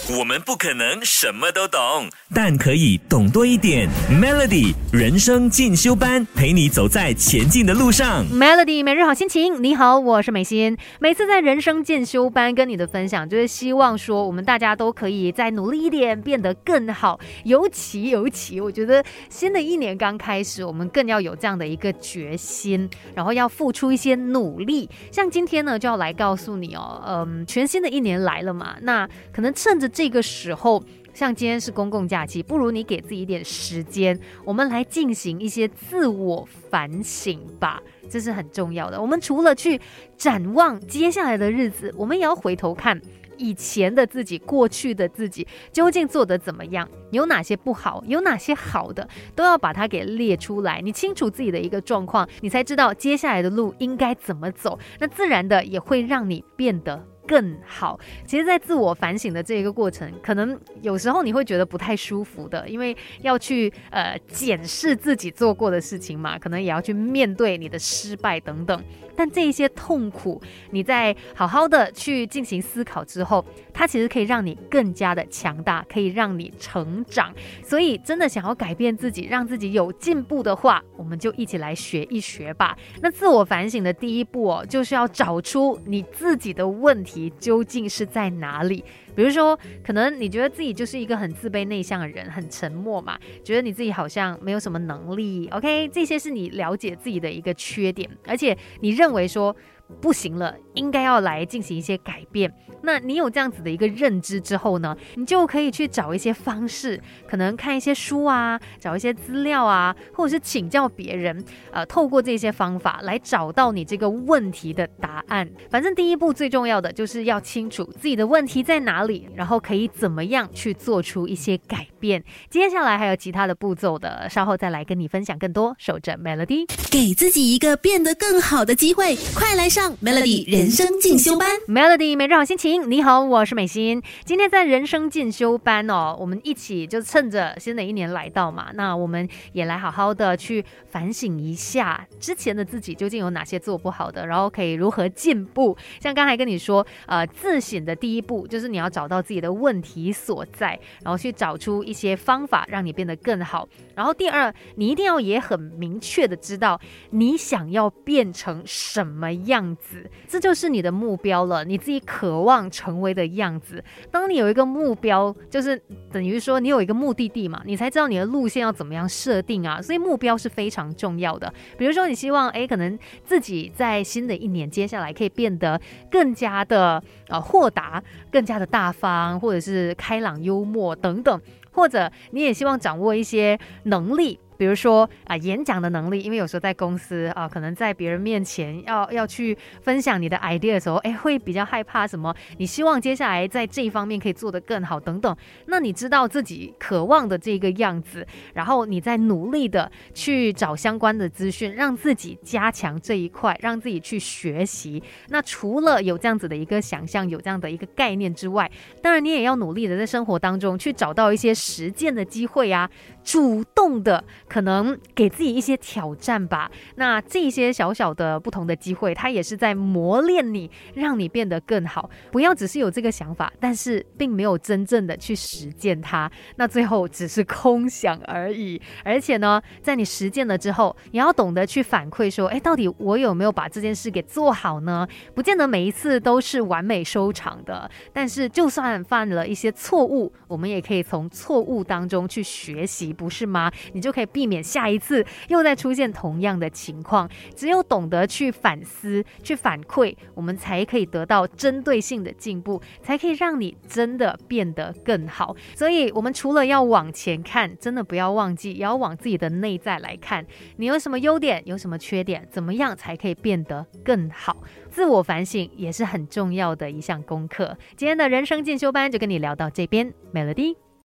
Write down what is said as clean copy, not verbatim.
我们不可能什么都懂，但可以懂多一点。Melody 人生进修班，陪你走在前进的路上。 Melody 每日好心情，你好，我是美心。每次在人生进修班跟你的分享，就是希望说我们大家都可以再努力一点，变得更好。尤其，我觉得新的一年刚开始，我们更要有这样的一个决心，然后要付出一些努力。像今天呢，就要来告诉你全新的一年来了嘛，那可能趁着这个时候，像今天是公共假期，不如你给自己一点时间，我们来进行一些自我反省吧，这是很重要的。我们除了去展望接下来的日子，我们也要回头看以前的自己，过去的自己究竟做得怎么样，有哪些不好，有哪些好的，都要把它给列出来。你清楚自己的一个状况，你才知道接下来的路应该怎么走，那自然的也会让你变得更好。其实在自我反省的这个过程，可能有时候你会觉得不太舒服的，因为要去检视自己做过的事情嘛，可能也要去面对你的失败等等。但这一些痛苦，你在好好的去进行思考之后，它其实可以让你更加的强大，可以让你成长。所以真的想要改变自己，让自己有进步的话，我们就一起来学一学吧。那自我反省的第一步就是要找出你自己的问题究竟是在哪里。比如说，可能你觉得自己就是一个很自卑内向的人，很沉默嘛，觉得你自己好像没有什么能力 OK， 这些是你了解自己的一个缺点，而且你认为说不行了，应该要来进行一些改变。那你有这样子的一个认知之后呢，你就可以去找一些方式，可能看一些书啊，找一些资料啊，或者是请教别人，透过这些方法来找到你这个问题的答案。反正第一步最重要的就是要清楚自己的问题在哪里，然后可以怎么样去做出一些改变。接下来还有其他的步骤的，稍后再来跟你分享更多。守着 Melody， 给自己一个变得更好的机会，快来上 Melody 人生进修班。 Melody 每日好心情，你好，我是美心。今天在人生进修班我们一起就趁着新的一年来到嘛，那我们也来好好的去反省一下之前的自己究竟有哪些做不好的，然后可以如何进步。像刚才跟你说自省的第一步就是你要找到自己的问题所在，然后去找出一些方法让你变得更好。然后第二，你一定要也很明确的知道你想要变成什么样子，这就是你的目标了，你自己渴望成为的样子。当你有一个目标，就是等于说你有一个目的地嘛，你才知道你的路线要怎么样设定啊，所以目标是非常重要的。比如说你希望可能自己在新的一年接下来可以变得更加的豁达，更加的大方，或者是开朗幽默等等，或者你也希望掌握一些能力，比如说演讲的能力，因为有时候在公司可能在别人面前要去分享你的 idea 的时候，会比较害怕什么，你希望接下来在这一方面可以做得更好等等。那你知道自己渴望的这个样子，然后你再努力的去找相关的资讯，让自己加强这一块，让自己去学习。那除了有这样子的一个想象，有这样的一个概念之外，当然你也要努力的在生活当中去找到一些实践的机会啊，主动的可能给自己一些挑战吧。那这些小小的不同的机会，它也是在磨练你，让你变得更好。不要只是有这个想法，但是并没有真正的去实践它，那最后只是空想而已。而且呢，在你实践了之后，你要懂得去反馈说，到底我有没有把这件事给做好呢？不见得每一次都是完美收场的，但是就算犯了一些错误，我们也可以从错误当中去学习，不是吗？你就可以避免下一次又再出现同样的情况。只有懂得去反思，去反馈，我们才可以得到针对性的进步，才可以让你真的变得更好。所以我们除了要往前看，真的不要忘记也要往自己的内在来看，你有什么优点，有什么缺点，怎么样才可以变得更好。自我反省也是很重要的一项功课。今天的人生进修班就跟你聊到这边， Melody。